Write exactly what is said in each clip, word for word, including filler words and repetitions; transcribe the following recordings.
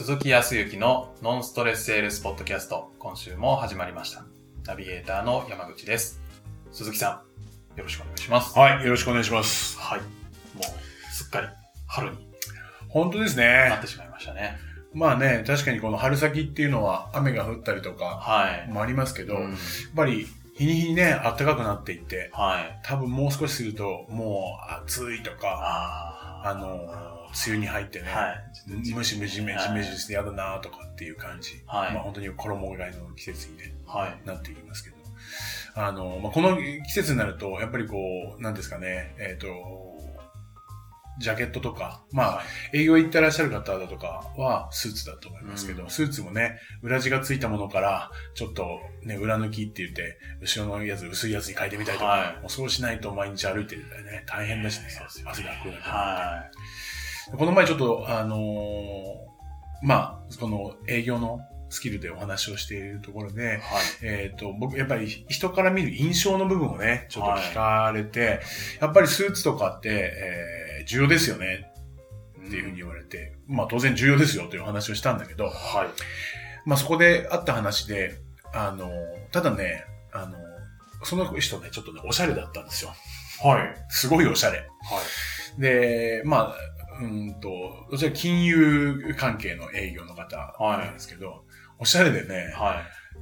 鈴木康之のノンストレスセールスポッドキャスト、今週も始まりました。ナビゲーターの山口です。鈴木さん、よろしくお願いします。 はい、よろしくお願いします。 はい。もう、すっかり春に本当ですね。 なってしまいましたね。 まあね、確かにこの春先っていうのは雨が降ったりとかもありますけど、はい、うん、やっぱり日に日にね、暖かくなっていって、はい、多分もう少しすると、もう暑いとか、あ、あの、梅雨に入ってね、はい、ムシムシメジメジしてやだなとかっていう感じ。はい、まあ本当に衣替えの季節に、ね、はい、なっていきますけど。あの、まあ、この季節になると、やっぱりこう、なんですかね、えっと、ジャケットとか、まあ、はい、営業行ってらっしゃる方だとかはスーツだと思いますけど、うん、スーツもね、裏地がついたものから、ちょっとね、裏抜きって言って、後ろのやつ、薄いやつに変えてみたりとか、はい、もうそうしないと毎日歩いてるんだよね。大変だしね、汗がくるだけ。はい。この前ちょっと、あのー、まあ、この営業のスキルでお話をしているところで、はい、えっと、僕、やっぱり人から見る印象の部分をね、ちょっと聞かれて、はい、やっぱりスーツとかって、えー重要ですよねっていうふうに言われて、うん、まあ当然重要ですよという話をしたんだけど、はい、まあそこであった話で、あの、ただね、あの、その人ね、ちょっとね、おしゃれだったんですよ。はい。すごいおしゃれ。はい。で、まあ、うんと、どちら金融関係の営業の方なんですけど、はい、おしゃれでね、はい、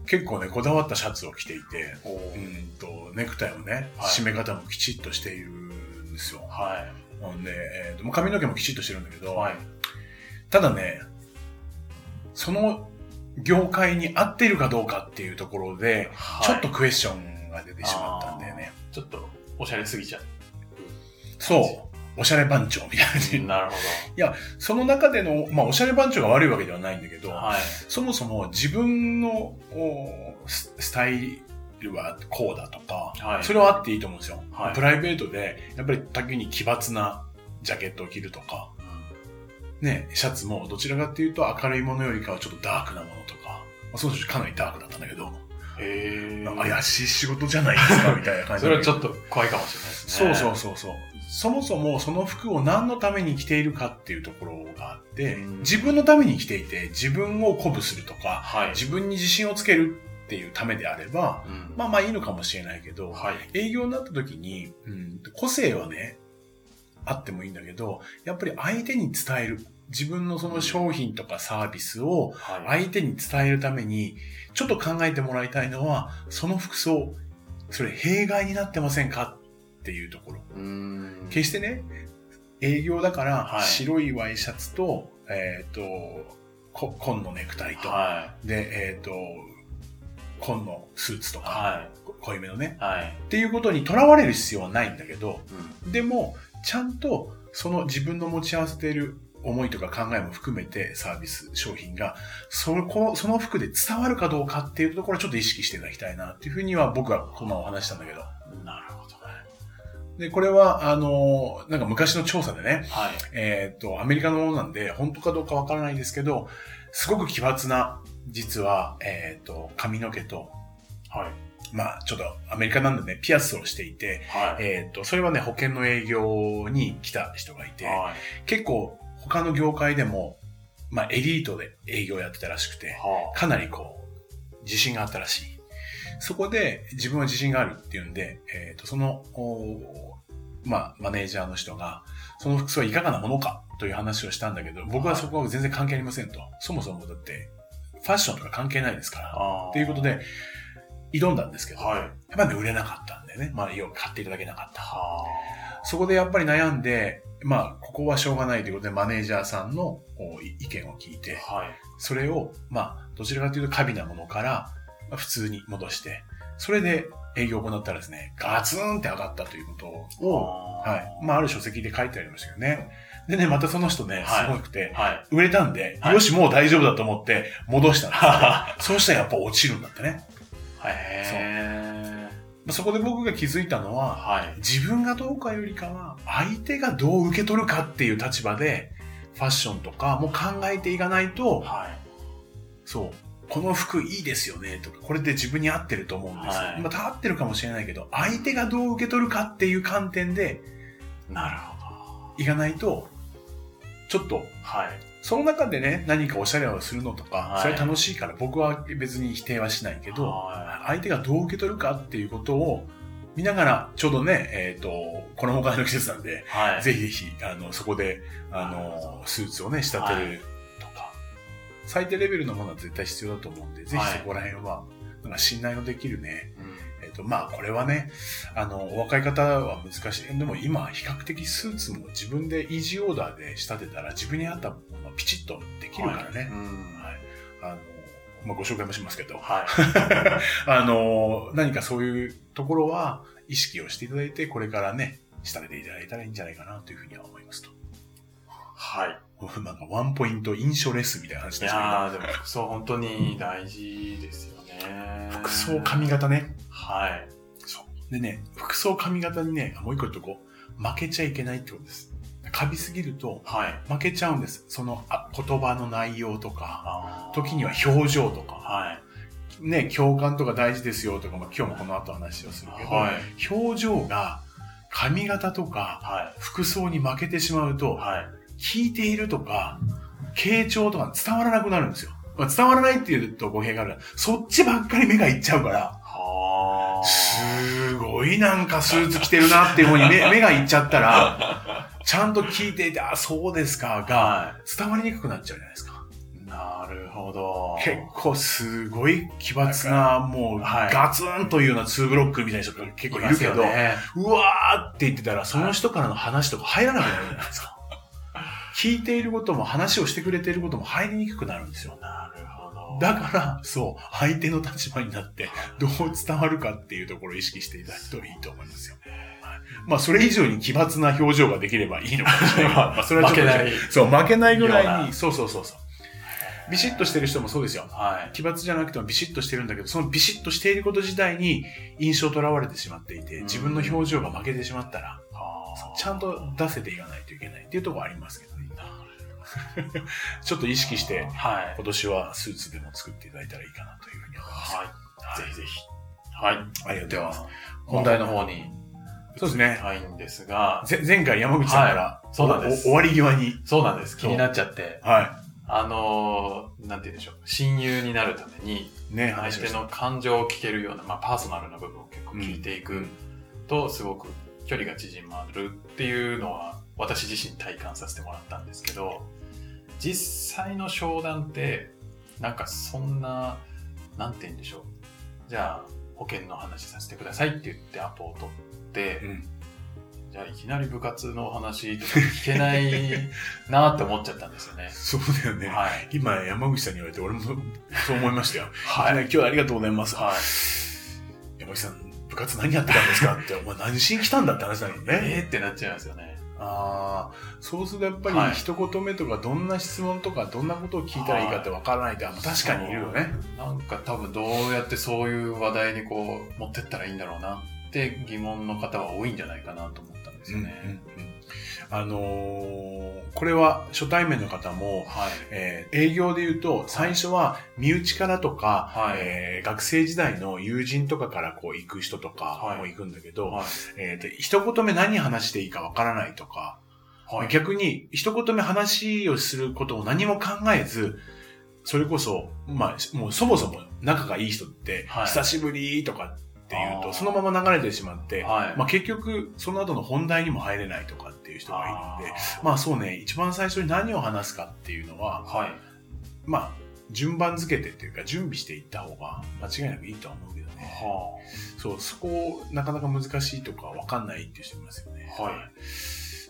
結構ね、こだわったシャツを着ていて、うんと、ネクタイをね、はい、締め方もきちっとしているんですよ。はい。で、えーと、髪の毛もきちっとしてるんだけど、はい、ただね、その業界に合っているかどうかっていうところで、はい、ちょっとクエスチョンが出てしまったんだよね。 ちょっとおしゃれすぎちゃう。 そう。おしゃれ番長みたいな感じ。 なるほど。 いや、その中での、まあ、おしゃれ番長が悪いわけではないんだけど、はい、そもそも自分のスタイルはこうだとか、はい、それはあっていいと思うんですよ、はい。プライベートで、やっぱり時に奇抜なジャケットを着るとか、うん、ね、シャツもどちらかっていうと明るいものよりかはちょっとダークなものとか、まあ、そうかなりダークだったんだけど、へー、怪しい仕事じゃないですかみたいな感じそれはちょっと怖いかもしれないですね。 そうそうそうそう。そもそもその服を何のために着ているかっていうところがあって、うん、自分のために着ていて、自分を鼓舞するとか、はい、自分に自信をつけるっていうためであれば、うん、まあまあいいのかもしれないけど、はい、営業になった時に、うん、個性はね、あってもいいんだけど、やっぱり相手に伝える。自分のその商品とかサービスを相手に伝えるために、ちょっと考えてもらいたいのは、その服装、それ弊害になってませんかっていうところ。うーん、決してね、営業だから白いワイシャツと、はい、えっ、ー、と、紺のネクタイと、はい、で、えっ、ー、と、紺のスーツとか、はい、濃いめのね、はい、っていうことにとらわれる必要はないんだけど、うん、でも、ちゃんとその自分の持ち合わせている思いとか考えも含めてサービス、商品が、その、その服で伝わるかどうかっていうところをちょっと意識していただきたいなっていうふうには僕はこのお話したんだけど。 なるほど。 で、これは、あの、なんか昔の調査でね、はい、えっと、アメリカのものなんで、本当かどうかわからないんですけど、すごく奇抜な、実は、えっと、髪の毛と、はい。まあ、ちょっとアメリカなんでね、ピアスをしていて、はい、えっと、それはね、保険の営業に来た人がいて、はい、結構、他の業界でも、まあ、エリートで営業やってたらしくて、はあ、かなりこう、自信があったらしい。そこで自分は自信があるっていうんで、えっと、その、まあ、マネージャーの人が、その服装はいかがなものかという話をしたんだけど、僕はそこは全然関係ありませんと。そもそもだって、ファッションとか関係ないですから。っていうことで、挑んだんですけど、はい、やっぱりね、売れなかったんでね。まあ、要は買っていただけなかった。そこでやっぱり悩んで、まあ、ここはしょうがないということで、マネージャーさんの意見を聞いて、はい、それを、まあ、どちらかというと過敏なものから、普通に戻して、それで営業を行ったらですね、ガツンって上がったということを、はい。まあ、ある書籍で書いてありましたけどね。でね、またその人ね、すごくて、はい、売れたんで、はい、よし、もう大丈夫だと思って戻したんですよ、ね。そうしたらやっぱ落ちるんだってね。へー。そこで僕が気づいたのは、はい、自分がどうかよりかは、相手がどう受け取るかっていう立場で、ファッションとかも考えていかないと、はい、そう。この服いいですよねとか、これで自分に合ってると思うんですよ。はい、また合ってるかもしれないけど、相手がどう受け取るかっていう観点で、なるほど。いかないと、ちょっと、はい。 その中でね、何かおしゃれをするのとか、はい、それは楽しいから僕は別に否定はしないけど、はい、相手がどう受け取るかっていうことを見ながら、ちょうどね、えっ、ー、と、この他の季節なんで、はい、ぜひぜひ、あの、そこで、あの、スーツをね、仕立てるとか、はい、最低レベルのものは絶対必要だと思うんで、ぜひそこら辺は、なんか信頼のできるね、うん、えっ、ー、と、まあ、これはね、あの、お若い方は難しい。でも今、比較的スーツも自分でイージーオーダーで仕立てたら、自分に合ったものがピチッとできるからね。はい、うん、はい、あの、まあ、ご紹介もしますけど、はい、あの、何かそういうところは意識をしていただいて、これからね、仕立てていただいたらいいんじゃないかなというふうには思いますと。 はい。 なんかワンポイント印象レスみたいな話ですけど。 いやー、でも服装本当に大事ですよね。 服装髪型ね。 はい。 そう。でね、服装髪型にね、もう一個言っとこう。負けちゃいけないってことです。カビすぎると、負けちゃうんです。そのあ言葉の内容とか、時には表情とか、はい、ね、共感とか大事ですよとか、まあ、今日もこの後話をするけど、はい、表情が髪型とか、はい、服装に負けてしまうと、はい、聞いているとか、傾聴とか伝わらなくなるんですよ。まあ、伝わらないっていうと語弊がある。そっちばっかり目がいっちゃうから、すごいなんかスーツ着てるなっていう方に 目, 目がいっちゃったら、ちゃんと聞いていて、あ、そうですかが、伝わりにくくなっちゃうじゃないですか。 なるほど。 結構すごい奇抜な、もう、ガツンというようなツーブロックみたいな人が結構いるけど、ね、うわーって言ってたら、その人からの話とか入らなくなるじゃないですか。聞いていることも話をしてくれていることも入りにくくなるんですよ。 なるほど。 だから、そう、相手の立場になって、どう伝わるかっていうところを意識していただくといいと思いますよ。まあ、それ以上に奇抜な表情ができればいいのかもしれない。まあ、それはちょっと負けない。そう、負けないぐらいに、そうそうそうそう。ビシッとしてる人もそうですよ。はい。奇抜じゃなくてもビシッとしてるんだけど、そのビシッとしていること自体に印象とらわれてしまっていて、自分の表情が負けてしまったら、ちゃんと出せていかないといけないっていうところはありますけどね。ちょっと意識して、はい、今年はスーツでも作っていただいたらいいかなというふうに思います。はい。 はい、ぜひぜひ。はい。 ありがとうございます。 本題の方に。 そうですね。 はいんですが。 前回山口さんから、はい、 そうなんです。 終わり際に。 そうなんです。気になっちゃって。 はい。 あのー、なんて言うんでしょう。親友になるために、ね、相手の感情を聞けるような、まあパーソナルな部分を結構聞いていくと、すごく距離が縮まるっていうのは、私自身体感させてもらったんですけど、実際の商談って、なんかそんな、なんて言うんでしょう。じゃあ、保険の話させてくださいって言ってアポを取って、うん、じゃあいきなり部活の話とか聞けないなって思っちゃったんですよね。 そうだよね。はい、今山口さんに言われて俺もそう思いましたよ。はい。今日はありがとうございます。はい。山口さん、部活何やってたんですかって、お前何しに来たんだって話なのね。 えーってなっちゃいますよね。 ああ、そうするとやっぱり一言目とかどんな質問とかどんなことを聞いたらいいかってわからないって、はい、確かにいるよね。 なんか多分どうやってそういう話題にこう持ってったらいいんだろうなって疑問の方は多いんじゃないかなと思ったんですよね。うんうんうん、 あのー、これは初対面の方も、はい、えー、営業で言うと最初は身内からとか、はい、えー、学生時代の友人とかからこう行く人とかも行くんだけど、はいはい、えーと、一言目何話していいかわからないとか、はい、逆に一言目話をすることを何も考えず、それこそ、まあ、もうそもそも仲がいい人って、はい、久しぶりとかっていうと、そのまま流れてしまって、はい、まあ結局、その後の本題にも入れないとかっていう人がいるので、まあそうね、一番最初に何を話すかっていうのは、はい、まあ、順番付けてっていうか、準備していった方が間違いなくいいとは思うけどね。はあ、そう、そこをなかなか難しいとか分かんないっていう人いますよね。はい、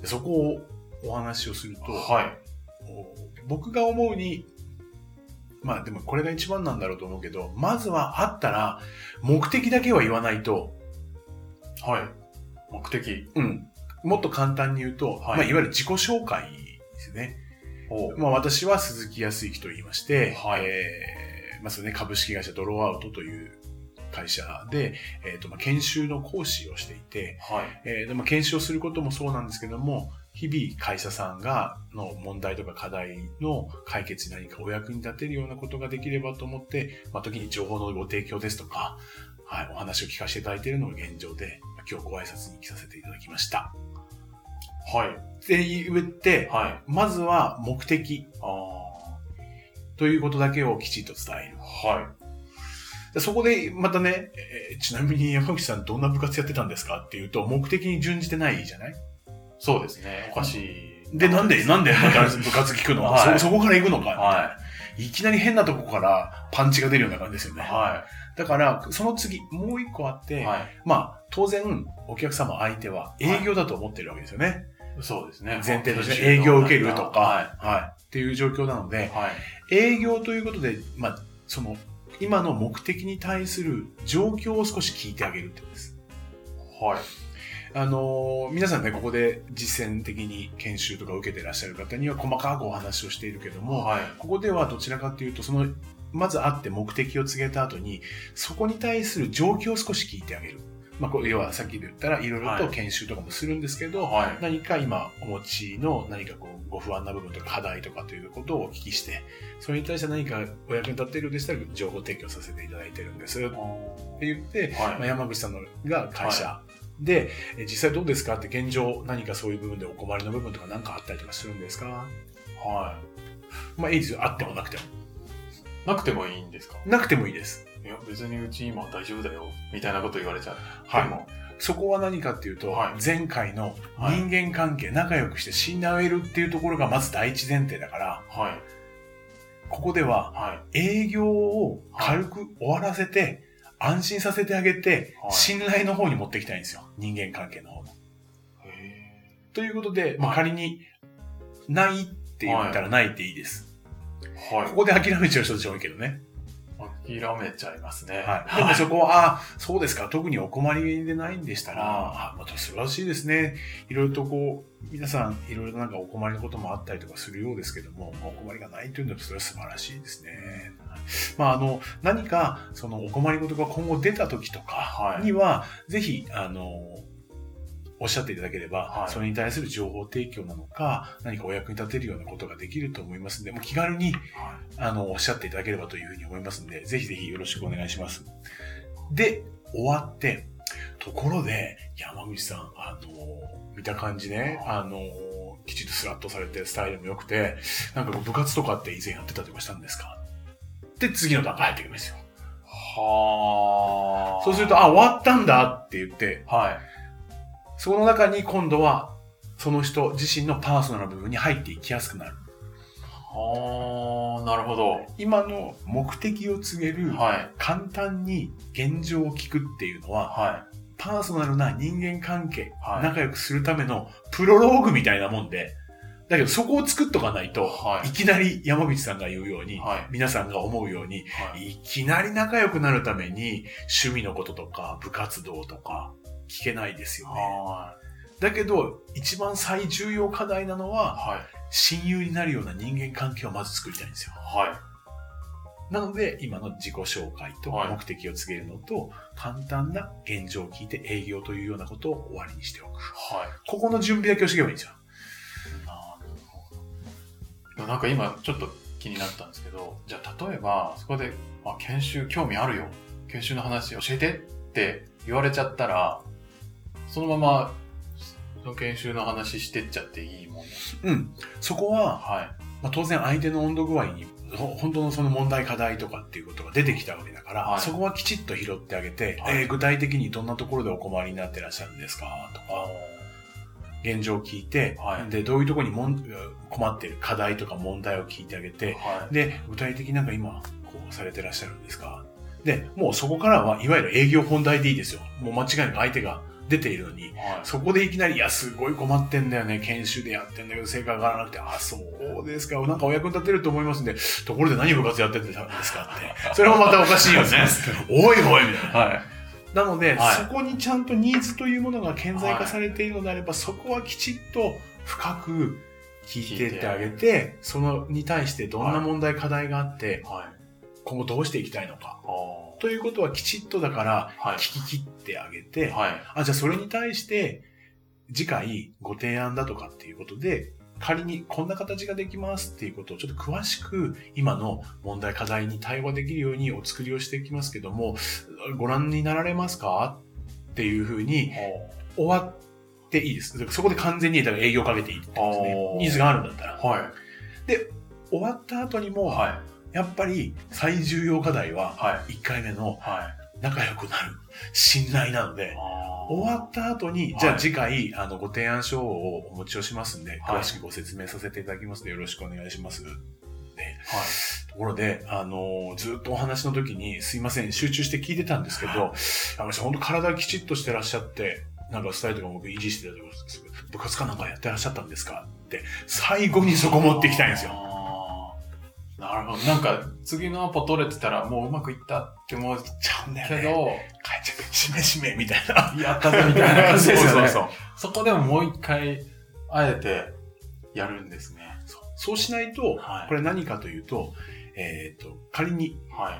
そこをお話をすると、はい、僕が思うに、まあでもこれが一番なんだろうと思うけど、まずは会ったら目的だけは言わないと。 はい。目的。 うん。もっと簡単に言うと、はい、まあいわゆる自己紹介ですね。まあ私は鈴木康之と言いまして、はい、えー、まずね、株式会社ドローアウトという会社で、えっと、まあ研修の講師をしていて、はい、えー、でも研修をすることもそうなんですけども、日々会社さんがの問題とか課題の解決に何かお役に立てるようなことができればと思って、まあ、時に情報のご提供ですとか、はい、お話を聞かせていただいているのが現状で、今日ご挨拶に来させていただきました。 はい。って言って、はい、まずは目的。あということだけをきちっと伝える。はい。そこで、またね、えー、ちなみに山口さんどんな部活やってたんですかっていうと、目的に準じてないじゃない？ そうですね。おかしい。 で、なんで、なんでまた部活聞くの、はい、そ、そこから行くのか、はい、いきなり変なとこからパンチが出るような感じですよね。はい。だから、その次、もう一個あって、はい、まあ、当然、お客様相手は営業だと思ってるわけですよね。はい、 そうですね。 前提として営業を受けるとか、はい、はい。っていう状況なので、はい、営業ということで、まあ、その、今の目的に対する状況を少し聞いてあげるってことです。はい。あのー、皆さんね、ここで実践的に研修とか受けてらっしゃる方には細かくお話をしているけども、はい、ここではどちらかというと、その、まず会って目的を告げた後に、そこに対する状況を少し聞いてあげる。まあ、こう要はさっきで言ったらいろいろと研修とかもするんですけど、はい、何か今お持ちの何かこうご不安な部分とか課題とかということをお聞きして、それに対して何かお役に立っているようでしたら情報提供させていただいてるんですって言って、はい、まあ、山口さんのが会社、はい、で実際どうですかって現状何かそういう部分でお困りの部分とか何かあったりとかするんですか？はい。まあいいですよ。あってもなくても。 なくてもいいんですか？ なくてもいいです。 いや、別にうち今大丈夫だよ。みたいなこと言われちゃう。 はい。でもそこは何かっていうと、はい、前回の人間関係、はい、仲良くして信頼を得るっていうところがまず第一前提だから、はい、ここでは、はい、営業を軽く終わらせて、はい、安心させてあげて、はい、信頼の方に持っていきたいんですよ。人間関係の方の。へー。ということで、まあ、仮に、ないって言ったらないっていいです。はい。ここで諦めちゃう人たち多いけどね。 諦めちゃいますね。 はい。でもそこは、あ、そうですか、特にお困りでないんでしたら、あ、また素晴らしいですね。いろいろとこう、皆さん、いろいろなんかお困りのこともあったりとかするようですけども、お困りがないというのはそれは素晴らしいですね。まあ、あの、何か、そのお困りごとが今後出た時とかには、はい、ぜひ、あの、おっしゃっていただければ、はい、それに対する情報提供なのか、何かお役に立てるようなことができると思いますので、もう気軽に、はい、あの、おっしゃっていただければというふうに思いますので、ぜひぜひよろしくお願いします。で、終わって、ところで、山口さん、あの、見た感じね、あの、きちっとスラッとされて、スタイルも良くて、なんか部活とかって以前やってたりとかしたんですか？で、次の段階入ってくるんですよ。はー。そうすると、あ、終わったんだって言って、はい。その中に今度はその人自身のパーソナルな部分に入っていきやすくなる。 はあ、なるほど。 今の目的を告げる、はい、簡単に現状を聞くっていうのは、はい、パーソナルな人間関係、はい、仲良くするためのプロローグみたいなもんで、だけどそこを作っとかないと、はい、いきなり山口さんが言うように、はい、皆さんが思うように、はい、いきなり仲良くなるために趣味のこととか部活動とか聞けないですよね。はい、だけど一番最重要課題なのは、はい、親友になるような人間関係をまず作りたいんですよ。はい、なので今の自己紹介と目的を告げるのと、はい、簡単な現状を聞いて営業というようなことを終わりにしておく。はい、ここの準備だけをしておけばいいんですよ。 なんか今ちょっと気になったんですけど、じゃあ例えばそこで、まあ、研修興味あるよ、研修の話教えてって言われちゃったら、そのままその研修の話してっちゃっていいもんですか？うん。そこは、はい、まあ、当然相手の温度具合に本当のその問題課題とかっていうことが出てきたわけだから、はい、そこはきちっと拾ってあげて、はい、えー、具体的にどんなところでお困りになってらっしゃるんですかとか、現状を聞いて、はい、で、どういうところにもん困っている課題とか問題を聞いてあげて、はい、で、具体的になんか今、こうされてらっしゃるんですか？で、もうそこからはいわゆる営業本題でいいですよ。もう間違いなく相手が出ているのに、はい、そこでいきなり、いや、すごい困ってんだよね。研修でやってんだけど、成果が上がらなくて、あ、そうですか。なんかお役に立てると思いますんで、ところで何部活やってるんですかって。それもまたおかしいよね。おいおいみたいな。はい、なので、はい、そこにちゃんとニーズというものが顕在化されているのであれば、はい、そこはきちっと深く聞いていってあげて、そのに対してどんな問題、はい、課題があって、はい、今後どうしていきたいのか。ということはきちっとだから聞き切ってあげて、はい、あ、じゃあそれに対して次回ご提案だとかっていうことで、仮にこんな形ができますっていうことをちょっと詳しく今の問題課題に対応できるようにお作りをしていきますけども、ご覧になられますかっていうふうに終わっっていいです。そこで完全にだから営業かけていいって言ってますね。ニーズがあるんだったら。はい。で、終わった後にも、はい、やっぱり最重要課題は、いっかいめの仲良くなる信頼なので、終わった後に、じゃあ次回、はい、あの、ご提案書をお持ちをしますんで、はい、詳しくご説明させていただきますので、よろしくお願いします。で、はい、ところで、あの、ずっとお話の時に、すいません、集中して聞いてたんですけど、はい、あの人本当体きちっとしてらっしゃって、なんかスタイルとかも僕維持してたところですけど、部活かなんかやってらっしゃったんですかって、最後にそこ持っていきたいんですよ。 なるほど。なんか、次のアポ取れてたら、もううまくいったって思っちゃうんだけど、帰っちゃって、しめしめみたいな。 やったぞみたいな感じですよね。そうそうそう。そこでももう一回、あえて、やるんですね。 そう。そうしないと、はい、これ何かというと、えっと、仮に、はい。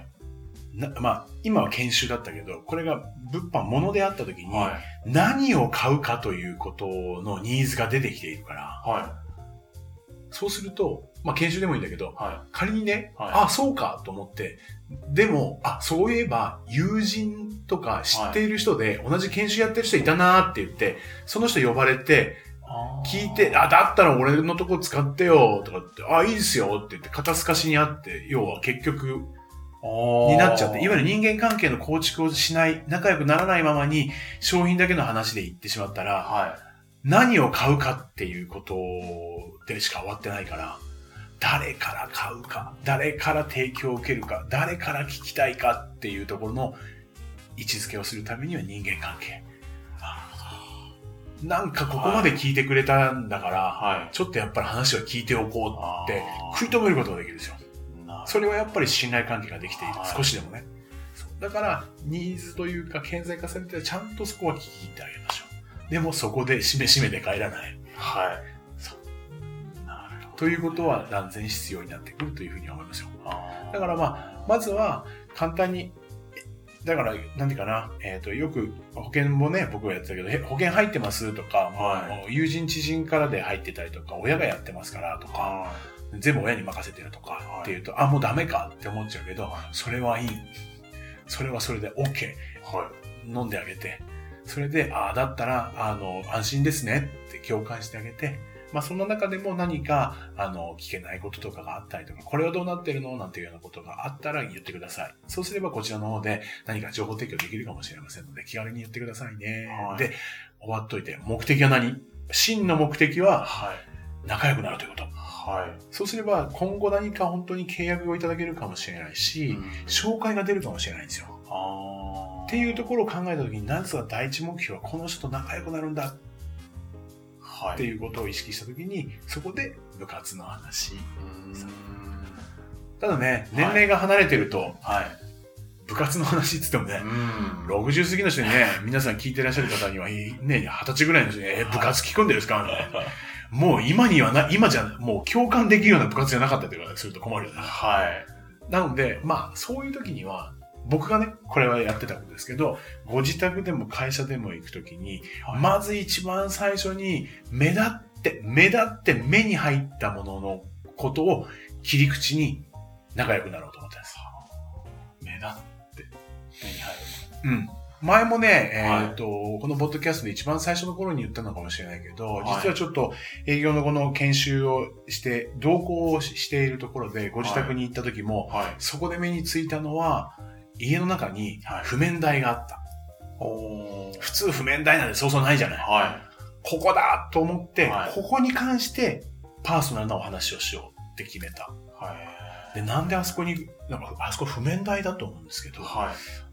な、まあ、今は研修だったけど、これが物販、物であった時に、はい、何を買うかということのニーズが出てきているから、はい。そうすると、まあ、研修でもいいんだけど、はい、仮にね、はい、あ、そうかと思って、でも、あ、そういえば、友人とか知っている人で、同じ研修やってる人いたなーって言って、その人呼ばれて、聞いて、あ、だったら俺のとこ使ってよとかって、あ、いいですよって言って、肩透かしにあって、要は結局、になっちゃって、いわゆる人間関係の構築をしない、仲良くならないままに、商品だけの話で言ってしまったら、はい、何を買うかっていうことでしか終わってないから、誰から買うか、誰から提供を受けるか、誰から聞きたいかっていうところの位置づけをするためには人間関係。なるほど。なんかここまで聞いてくれたんだから、はい、ちょっとやっぱり話は聞いておこうって食い止めることができるんですよ。それはやっぱり信頼関係ができている。はい、少しでもね。だから、ニーズというか顕在化されてちゃんとそこは聞き入ってあげましょう。でもそこでしめしめで帰らない。はい。ということは断然必要になってくるというふうに思いますよ。だからまあ、まずは簡単に、だから、なんていうかな、えっと、よく保険もね、僕はやってたけど、保険入ってますとか、はい、友人知人からで入ってたりとか、親がやってますからとか、はい、全部親に任せてるとかっていうと、はい、あ、もうダメかって思っちゃうけど、はい、それはいい。それはそれで OK。はい、飲んであげて、それで、ああ、だったら、あの、安心ですねって共感してあげて、まあその中でも何か、あの、聞けないこととかがあったりとか、これはどうなってるのなんていうようなことがあったら言ってください。そうすればこちらの方で何か情報提供できるかもしれませんので、気軽に言ってくださいね。はい、で、終わっといて、目的は何？真の目的は、仲良くなるということ。はい、そうすれば、今後何か本当に契約をいただけるかもしれないし、うん、紹介が出るかもしれないんですよ。あっていうところを考えたときに、なぜか第一目標はこの人と仲良くなるんだ。っていうことを意識したときに、そこで部活の話。ただね、年齢が離れてると、はい、部活の話って言ってもね、ろくじゅう過ぎの人にね、皆さん聞いてらっしゃる方には、ね、はたちぐらいの人に、え、部活聞くんですかみたいな。もう今にはな、今じゃ、もう共感できるような部活じゃなかったというか、すると困るよね。はい。なので、まあ、そういう時には、僕がね、これはやってたことですけど、ご自宅でも会社でも行くときに、はい、まず一番最初に目立って、目立って目に入ったもののことを切り口に仲良くなろうと思ってます。 目立って目に入る。うん。前もね、えっと、はい、このポッドキャストで一番最初の頃に言ったのかもしれないけど、はい、実はちょっと営業のこの研修をして、同行をしているところでご自宅に行った時も、はいはい、そこで目についたのは、家の中に譜面台があった。はい、普通譜面台なんてそうそうないじゃない。はい、ここだと思って、はい、ここに関してパーソナルなお話をしようって決めた。はい、で、なんであそこに、なんかあそこ譜面台だと思うんですけど、はい、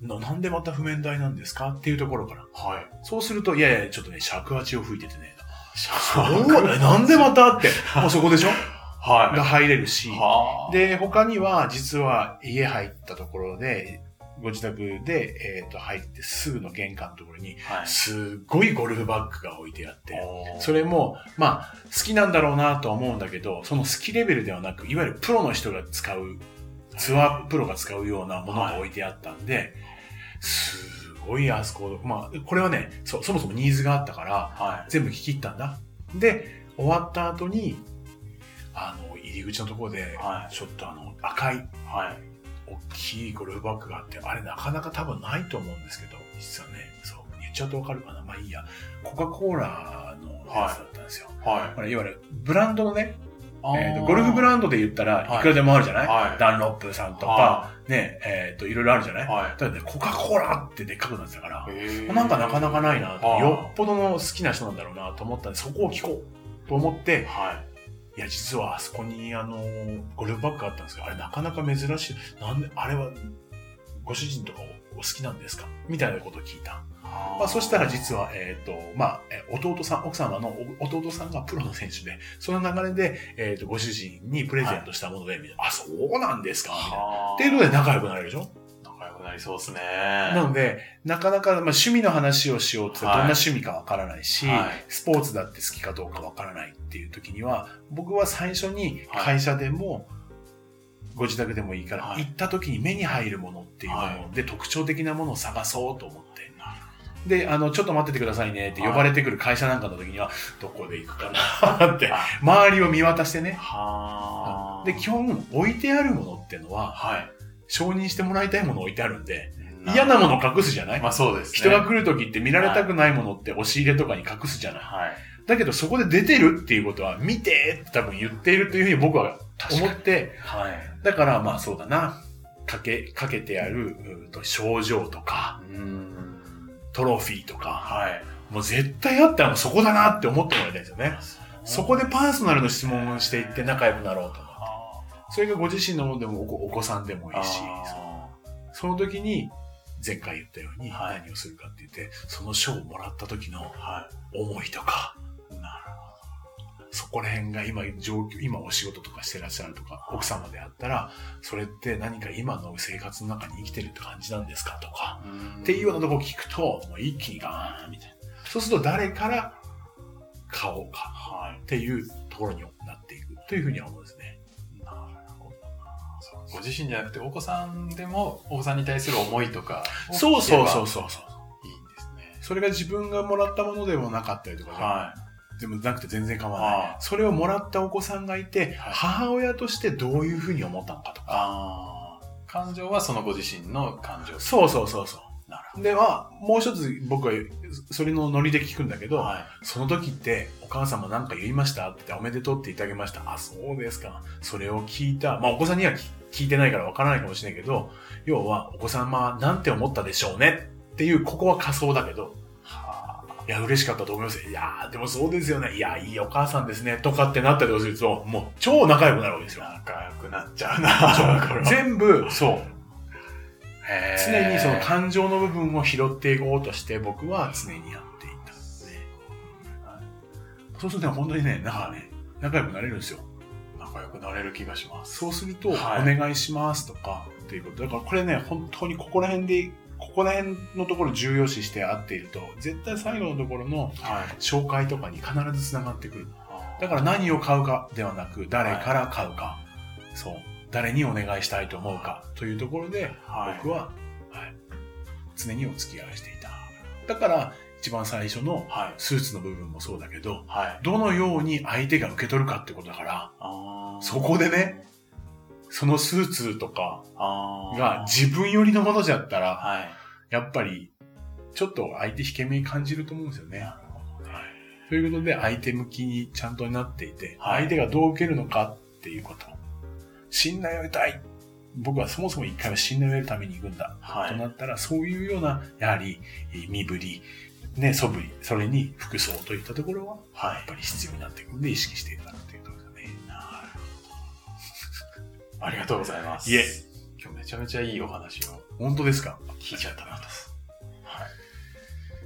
な, なんでまた譜面台なんですかっていうところから。はい、そうすると、いやいや、ちょっとね、尺八を吹いててね。そうなんでまたって。もうそこでしょはい。が入れるし。はで、他には、実は家入ったところで、ご自宅で、えっと、入ってすぐの玄関のところに、すごいゴルフバッグが置いてあって、はい、それも、まあ、好きなんだろうなとは思うんだけど、その好きレベルではなく、いわゆるプロの人が使う、ツアープロが使うようなものが置いてあったんで、はい、すごいあそこ、まあ、これはね、そ、そもそもニーズがあったから、はい、全部聞き入ったんだ。で、終わった後に、あの、入り口のところで、はい、ちょっとあの、赤い、はい、大きいゴルフバッグがあって、あれなかなか多分ないと思うんですけど、実はね、そう、言っちちゃうとわかるかな。まあいいや。コカ・コーラのやつだったんですよ。 はい。 はい、いわゆるブランドのね、えーと、ゴルフブランドで言ったらいくらでもあるじゃない、はい、ダンロップさんとか、はい、ね、えっ、ー、と、いろいろあるじゃない、はい、だってね、コカ・コーラってでっかくなってたから、なんかなかなかないな、よっぽどの好きな人なんだろうなと思ったんで、そこを聞こうと思って、はい、いや、実はあそこにあの、ゴルフバッグあったんですけど、あれなかなか珍しい。なんで、あれは、ご主人とかお好きなんですかみたいなことを聞いた。まあ、そしたら実は、えっ、ー、と、まあ、弟さん、奥様の弟さんがプロの選手で、その流れで、えっ、ー、と、ご主人にプレゼントしたもので、はい、あ、そうなんですかみたいな。っていうので仲良くなれるでしょ仲良くなりそうですね。 なので、なかなか、まあ、趣味の話をしようって、はい、どんな趣味かわからないし、はい、スポーツだって好きかどうかわからないっていう時には、僕は最初に会社でも、はい、ご自宅でもいいから、はい、行った時に目に入るものっていうもので、はい、特徴的なものを探そうと思って。で、あの、ちょっと待っててくださいねって呼ばれてくる会社なんかの時には、はい、どこで行くかなって、周りを見渡してね。はで、基本置いてあるものってのは、はい、承認してもらいたいもの置いてあるんで、嫌なもの隠すじゃない？ まあそうですね。 人が来る時って見られたくないものって押し入れとかに隠すじゃない？はい、だけどそこで出てるっていうことは、見てって多分言っているというふうに僕は思って、はい、だからまあそうだな、かけ、かけてある、うと症状とか、うーんトロフィーとか、はい、もう絶対あったらそこだなって思ってもらいたいんですよね。そこでパーソナルの質問をしていって仲良くなろうと思って。それがご自身のものでも お, お子さんでもいいし、そ, その時に前回言ったように何をするかって言って、はい、その賞をもらった時の思いとか、なるほど、そこら辺が今状況、今お仕事とかしてらっしゃるとか、奥様であったら、それって何か今の生活の中に生きてるって感じなんですかとか、っていうようなところを聞くと、もう一気にガーンみたいな。そうすると誰から買おうかっていうところになっていくというふうには思うんですね。なるほど。ご自身じゃなくてお子さんでもお子さんに対する思いとか。 そうそうそうそう。いいんですね。 それが自分がもらったものでもなかったりとか、はい、でもなくて全然構わない。それをもらったお子さんがいて、はい、母親としてどういうふうに思ったのかとか。 あ、感情はそのご自身の感情。 そうそうそうそう。なるほど。では、もう一つ僕はそれのノリで聞くんだけど、はい、その時ってお母様何か言いましたって言っておめでとうって言ってあげました。あ、そうですか。それを聞いた。まあお子さんには聞いてないからわからないかもしれないけど、要はお子様は何て思ったでしょうねっていう、ここは仮想だけど、はあ、いや嬉しかったと思います。いやーでもそうですよね。いやいいお母さんですねとかってなったりすると、もう超仲良くなるわけですよ。 仲良くなっちゃうな。 全部そう。常にその感情の部分を拾っていこうとして僕は常にやっていたんですね。そうするとね、本当にね、なんかね、仲良くなれるんですよ。 仲良くなれる気がします。 そうすると、はい、お願いしますとかっていうこと。だからこれね、本当にここら辺で、ここら辺のところ重要視して合っていると、絶対最後のところの紹介とかに必ずつながってくる。だから何を買うかではなく、誰から買うか。はい、そう。誰にお願いしたいと思うかというところで、はい、僕は、はい、常にお付き合いしていた。だから一番最初のスーツの部分もそうだけど、はい、どのように相手が受け取るかってことだから、そこでね、そのスーツとかが自分寄りのものじゃったら、はい、やっぱりちょっと相手引け目に感じると思うんですよね。なるほどね。ということで相手向きにちゃんとなっていて、はい、相手がどう受けるのかっていうこと。信頼を得たい。僕はそもそも一回は信頼を得るために行くんだ。はい、となったら、そういうような、やはり、身振り、ね、素振り、それに服装といったところは、はい、やっぱり必要になってくるので、意識していたっていうところですね。なるほど。ありがとうございます。 いえ。 今日めちゃめちゃいいお話を。 本当ですか？ 聞いちゃったなと。はい。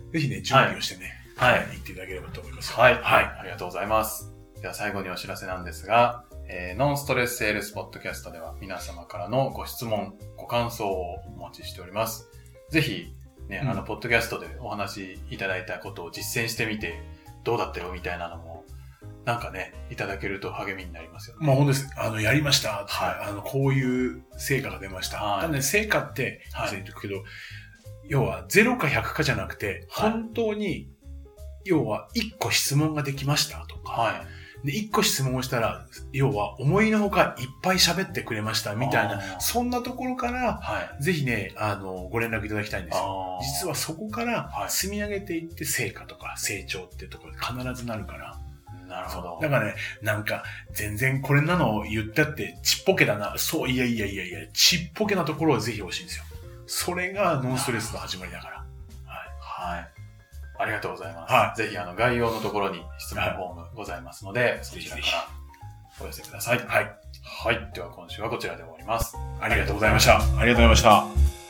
ぜひね、準備をしてね、はい。行っていただければと思います。 はい。はい。ありがとうございます。では最後にお知らせなんですが、えー、ノンストレスセールスポッドキャストでは皆様からのご質問、ご感想をお待ちしております。ぜひ、ね、うん、あの、ポッドキャストでお話しいただいたことを実践してみて、どうだったよみたいなのも、なんかね、いただけると励みになりますよね。 まあ本当です。あの、やりました。はい。あの、こういう成果が出ました。はい。ただね、成果って、はい。言ってるけど、要はゼロかひゃくかじゃなくて、はい、本当に、要はいっこ質問ができましたとか、はい。 で、一個質問をしたら、要は思いのほかいっぱい喋ってくれましたみたいな、そんなところから、はい、ぜひね、あの、ご連絡いただきたいんですよ。実はそこから積み上げていって成果とか成長っていうところで必ずなるから。 なるほど。 だからね、なんか、全然これなのを言ったってちっぽけだな。そう、いやいやいやいや、ちっぽけなところをぜひ欲しいんですよ。それがノンストレスの始まりだから。 はい。はい。ありがとうございます。はい。ぜひ、あの、概要のところに質問フォームございますので、はい、そちらからお寄せください。はい。はい。では、今週はこちらで終わります。 ありがとうございました。ありがとうございました。